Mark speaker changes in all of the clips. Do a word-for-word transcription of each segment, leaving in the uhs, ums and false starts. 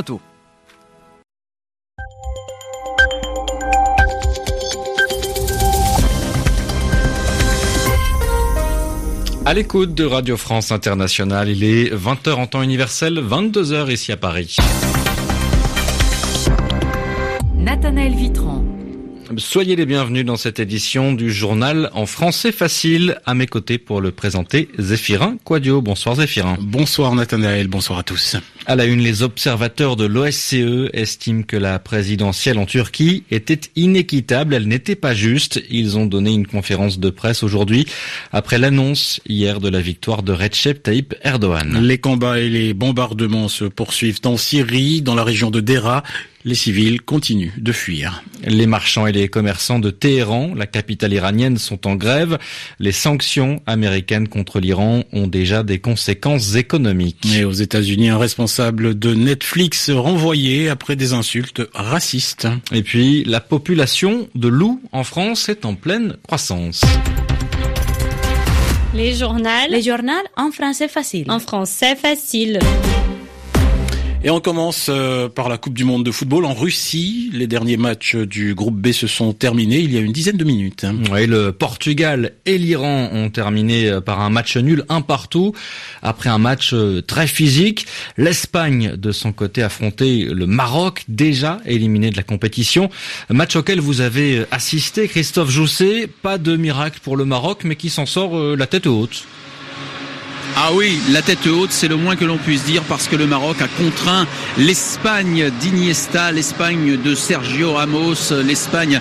Speaker 1: Tout.
Speaker 2: À l'écoute de Radio France Internationale, il est vingt heures en temps universel, vingt-deux heures ici à Paris.
Speaker 3: Nathanaël Vitran.
Speaker 2: Soyez les bienvenus dans cette édition du journal en français facile. À mes côtés pour le présenter, Zéphirin Quadio. Bonsoir Zéphirin.
Speaker 4: Bonsoir Nathanaël, bonsoir à tous.
Speaker 2: À la une, les observateurs de l'O S C E estiment que la présidentielle en Turquie était inéquitable, elle n'était pas juste. Ils ont donné une conférence de presse aujourd'hui après l'annonce hier de la victoire de Recep Tayyip Erdogan.
Speaker 4: Les combats et les bombardements se poursuivent en Syrie, dans la région de Dera. Les civils continuent de fuir.
Speaker 2: Les marchands et les commerçants de Téhéran, la capitale iranienne, sont en grève. Les sanctions américaines contre l'Iran ont déjà des conséquences économiques.
Speaker 4: Et aux États-Unis, un responsable de Netflix renvoyé après des insultes racistes.
Speaker 2: Et puis, la population de loups en France est en pleine croissance.
Speaker 5: Les journaux.
Speaker 3: Les journaux en français facile.
Speaker 5: En français facile.
Speaker 4: Et on commence euh, par la Coupe du Monde de football en Russie. Les derniers matchs du groupe B se sont terminés il y a une dizaine de minutes.
Speaker 2: Oui, le Portugal et l'Iran ont terminé par un match nul, un partout. Après un match très physique, l'Espagne, de son côté, affrontait le Maroc, déjà éliminé de la compétition. Match auquel vous avez assisté, Christophe Jousset. Pas de miracle pour le Maroc, mais qui s'en sort la tête haute.
Speaker 6: Ah oui, la tête haute, c'est le moins que l'on puisse dire, parce que le Maroc a contraint l'Espagne d'Iniesta, l'Espagne de Sergio Ramos, l'Espagne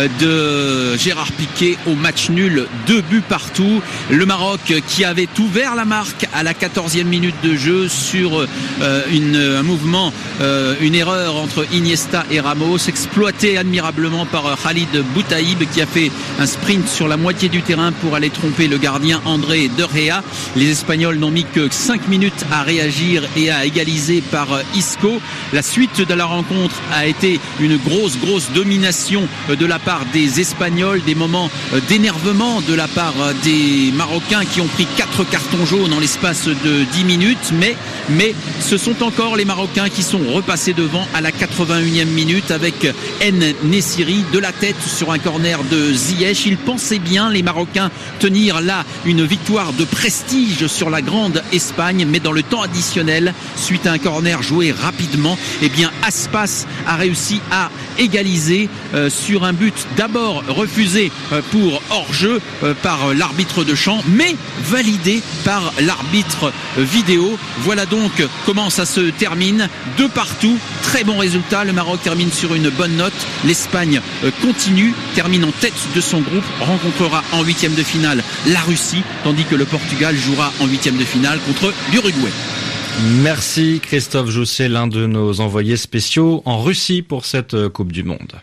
Speaker 6: de Gérard Piqué au match nul, deux buts partout. Le Maroc qui avait ouvert la marque à la quatorzième minute de jeu sur euh, une, un mouvement, euh, une erreur entre Iniesta et Ramos, exploité admirablement par Khalid Boutaïb qui a fait un sprint sur la moitié du terrain pour aller tromper le gardien André De Gea. Les Espagnols n'ont mis que cinq minutes à réagir et à égaliser par Isco. La suite de la rencontre a été une grosse, grosse domination de la part des Espagnols, des moments d'énervement de la part des Marocains qui ont pris quatre cartons jaunes en l'espace de dix minutes. Mais, mais ce sont encore les Marocains qui sont repassés devant à la quatre-vingt-unième minute avec En-Nesyri de la tête sur un corner de Ziyech. Ils pensaient bien, les Marocains, tenir là une victoire de prestige sur la grande Espagne, mais dans le temps additionnel, suite à un corner joué rapidement, eh bien Aspas a réussi à égaliser euh, sur un but d'abord refusé euh, pour hors-jeu euh, par l'arbitre de champ, mais validé par l'arbitre euh, vidéo. Voilà donc comment ça se termine, de partout, très bon résultat. Le Maroc termine sur une bonne note. L'Espagne euh, continue, termine en tête de son groupe, rencontrera en huitième de finale la Russie, tandis que le Portugal jouera en huitième de finale contre l'Uruguay.
Speaker 2: Merci Christophe Jousset, l'un de nos envoyés spéciaux en Russie pour cette Coupe du Monde.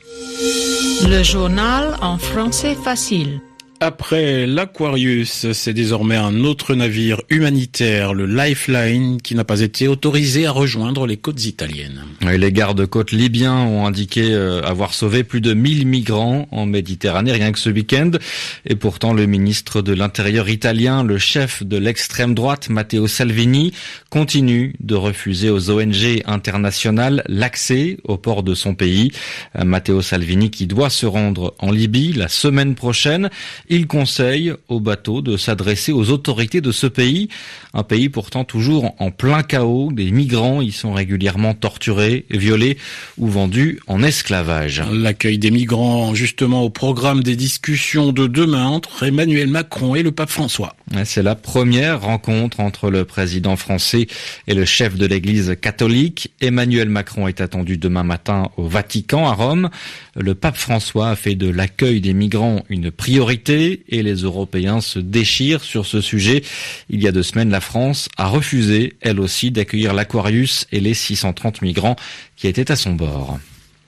Speaker 3: Le journal en français facile.
Speaker 4: Après l'Aquarius, c'est désormais un autre navire humanitaire, le Lifeline, qui n'a pas été autorisé à rejoindre les côtes italiennes.
Speaker 2: Oui, les gardes-côtes libyens ont indiqué avoir sauvé plus de mille migrants en Méditerranée rien que ce week-end. Et pourtant, le ministre de l'Intérieur italien, le chef de l'extrême droite, Matteo Salvini, continue de refuser aux O N G internationales l'accès au port de son pays. Matteo Salvini qui doit se rendre en Libye la semaine prochaine. Il conseille aux bateaux de s'adresser aux autorités de ce pays, un pays pourtant toujours en plein chaos. Des migrants y sont régulièrement torturés, violés ou vendus en esclavage.
Speaker 4: L'accueil des migrants, justement, au programme des discussions de demain entre Emmanuel Macron et le pape François.
Speaker 2: C'est la première rencontre entre le président français et le chef de l'Église catholique. Emmanuel Macron est attendu demain matin au Vatican, à Rome. Le pape François a fait de l'accueil des migrants une priorité et les Européens se déchirent sur ce sujet. Il y a deux semaines, la France a refusé, elle aussi, d'accueillir l'Aquarius et les six cent trente migrants qui étaient à son bord.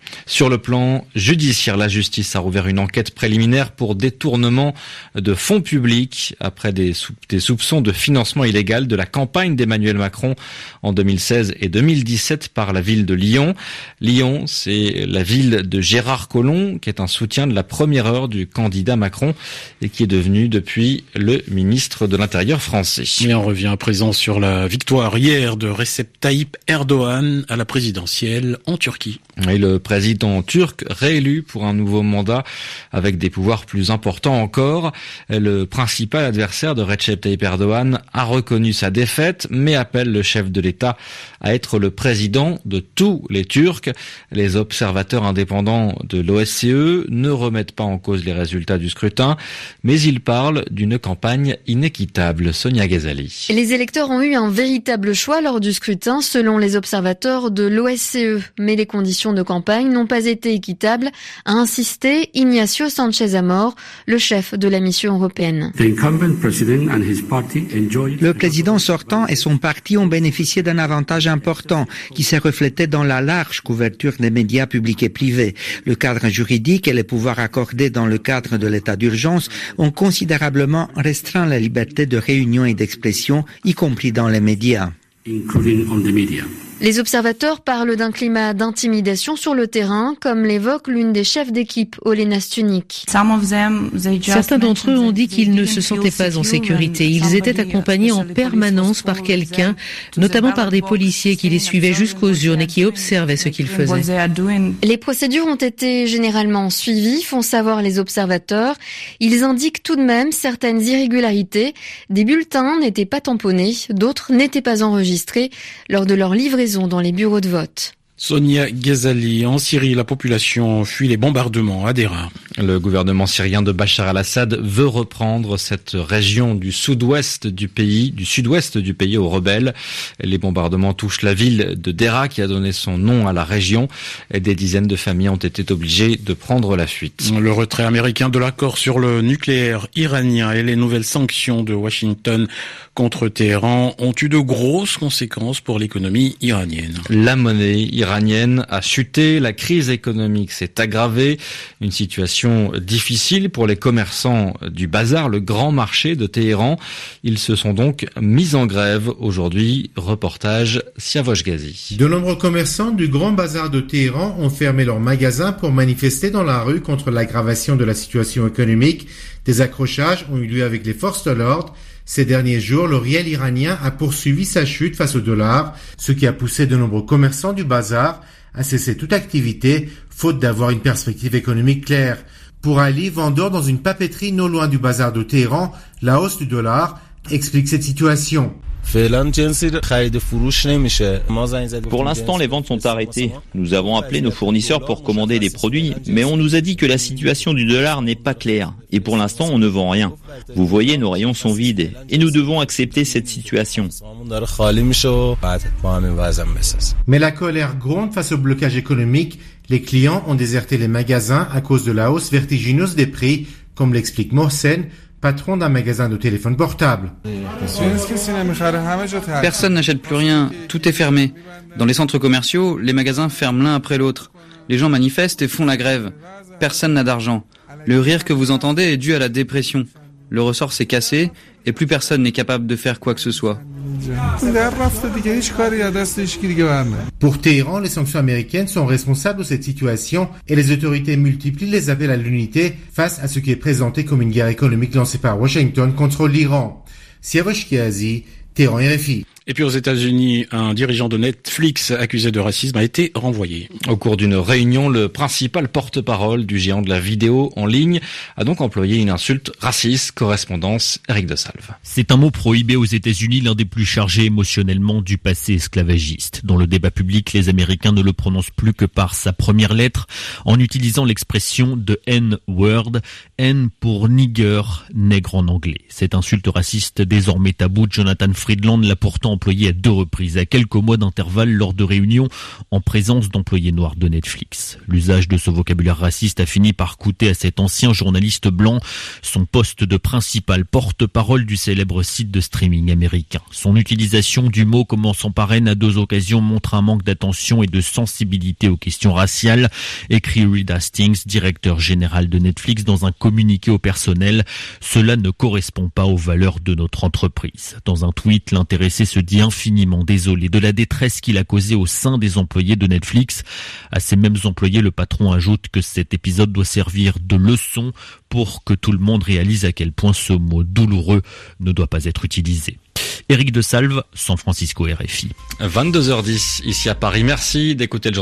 Speaker 2: Sur le plan judiciaire, la justice a rouvert une enquête préliminaire pour détournement de fonds publics après des, sou- des soupçons de financement illégal de la campagne d'Emmanuel Macron en deux mille seize et deux mille dix-sept par la ville de Lyon. Lyon, c'est la ville de Gérard Collomb, qui est un soutien de la première heure du candidat Macron et qui est devenu depuis le ministre de l'Intérieur français.
Speaker 4: Et on revient à présent sur la victoire hier de Recep Tayyip Erdogan à la présidentielle en Turquie.
Speaker 2: Et le président turc réélu pour un nouveau mandat avec des pouvoirs plus importants encore. Le principal adversaire de Recep Tayyip Erdogan a reconnu sa défaite, mais appelle le chef de l'État à être le président de tous les Turcs. Les observateurs indépendants de l'O S C E ne remettent pas en cause les résultats du scrutin, mais ils parlent d'une campagne inéquitable. Sonia Ghazali.
Speaker 1: Les électeurs ont eu un véritable choix lors du scrutin, selon les observateurs de l'O S C E. Mais les conditions de campagne n'ont pas été équitables, a insisté Ignacio Sanchez Amor, le chef de la mission européenne.
Speaker 5: Le président sortant et son parti ont bénéficié d'un avantage important qui s'est reflété dans la large couverture des médias publics et privés. Le cadre juridique et les pouvoirs accordés dans le cadre de l'état d'urgence ont considérablement restreint la liberté de réunion et d'expression, y compris dans les médias.
Speaker 1: Les observateurs parlent d'un climat d'intimidation sur le terrain, comme l'évoque l'une des chefs d'équipe, Olena Stunik.
Speaker 7: Certains d'entre eux ont dit qu'ils ne se sentaient pas en sécurité. Ils étaient accompagnés en permanence par quelqu'un, notamment par des policiers qui les suivaient jusqu'aux urnes et qui observaient ce qu'ils faisaient.
Speaker 1: Les procédures ont été généralement suivies, font savoir les observateurs. Ils indiquent tout de même certaines irrégularités. Des bulletins n'étaient pas tamponnés, d'autres n'étaient pas enregistrés lors de leur livraison dans les bureaux de vote.
Speaker 4: Sonia Ghazali, en Syrie, la population fuit les bombardements à Deraa.
Speaker 2: Le gouvernement syrien de Bachar al-Assad veut reprendre cette région du sud-ouest du pays, du sud-ouest du pays aux rebelles. Les bombardements touchent la ville de Deraa qui a donné son nom à la région et des dizaines de familles ont été obligées de prendre la fuite.
Speaker 4: Le retrait américain de l'accord sur le nucléaire iranien et les nouvelles sanctions de Washington contre Téhéran ont eu de grosses conséquences pour l'économie iranienne.
Speaker 2: La monnaie iranienne a chuté, la crise économique s'est aggravée, une situation difficile pour les commerçants du bazar, le grand marché de Téhéran. Ils se sont donc mis en grève aujourd'hui. Reportage Siavosh Ghazi.
Speaker 8: De nombreux commerçants du grand bazar de Téhéran ont fermé leurs magasins pour manifester dans la rue contre l'aggravation de la situation économique. Des accrochages ont eu lieu avec les forces de l'ordre. Ces derniers jours, le riel iranien a poursuivi sa chute face au dollar, ce qui a poussé de nombreux commerçants du bazar à cesser toute activité, faute d'avoir une perspective économique claire. Pour Ali, vendeur dans une papeterie non loin du bazar de Téhéran, la hausse du dollar explique cette situation.
Speaker 9: Pour l'instant, les ventes sont arrêtées. Nous avons appelé nos fournisseurs pour commander des produits, mais on nous a dit que la situation du dollar n'est pas claire. Et pour l'instant, on ne vend rien. Vous voyez, nos rayons sont vides et nous devons accepter cette situation.
Speaker 8: Mais la colère gronde face au blocage économique. Les clients ont déserté les magasins à cause de la hausse vertigineuse des prix, comme l'explique Mohsen, patron d'un magasin de téléphone portable.
Speaker 10: Personne n'achète plus rien, tout est fermé. Dans les centres commerciaux, les magasins ferment l'un après l'autre. Les gens manifestent et font la grève. Personne n'a d'argent. Le rire que vous entendez est dû à la dépression. Le ressort s'est cassé et plus personne n'est capable de faire quoi que ce soit.
Speaker 8: Pour Téhéran, les sanctions américaines sont responsables de cette situation et les autorités multiplient les appels à l'unité face à ce qui est présenté comme une guerre économique lancée par Washington contre l'Iran. Siavosh Ghazi, Téhéran R F I.
Speaker 4: Et puis aux États-Unis, un dirigeant de Netflix accusé de racisme a été renvoyé.
Speaker 2: Au cours d'une réunion, le principal porte-parole du géant de la vidéo en ligne a donc employé une insulte raciste. Correspondance Eric de Salve.
Speaker 11: C'est un mot prohibé aux États-Unis, l'un des plus chargés émotionnellement du passé esclavagiste. Dans le débat public, les Américains ne le prononcent plus que par sa première lettre, en utilisant l'expression de N-word, N pour nigger, nègre en anglais. Cette insulte raciste désormais taboue, Jonathan Friedland l'a pourtant employés à deux reprises, à quelques mois d'intervalle lors de réunions en présence d'employés noirs de Netflix. L'usage de ce vocabulaire raciste a fini par coûter à cet ancien journaliste blanc son poste de principal porte-parole du célèbre site de streaming américain. Son utilisation du mot commençant par haine à deux occasions montre un manque d'attention et de sensibilité aux questions raciales, écrit Reed Hastings, directeur général de Netflix, dans un communiqué au personnel. Cela ne correspond pas aux valeurs de notre entreprise. Dans un tweet, l'intéressé se dit infiniment désolé de la détresse qu'il a causée au sein des employés de Netflix. À ces mêmes employés, le patron ajoute que cet épisode doit servir de leçon pour que tout le monde réalise à quel point ce mot douloureux ne doit pas être utilisé. Éric de Salve, San Francisco R F I.
Speaker 2: vingt-deux heures dix, ici à Paris. Merci d'écouter le journal.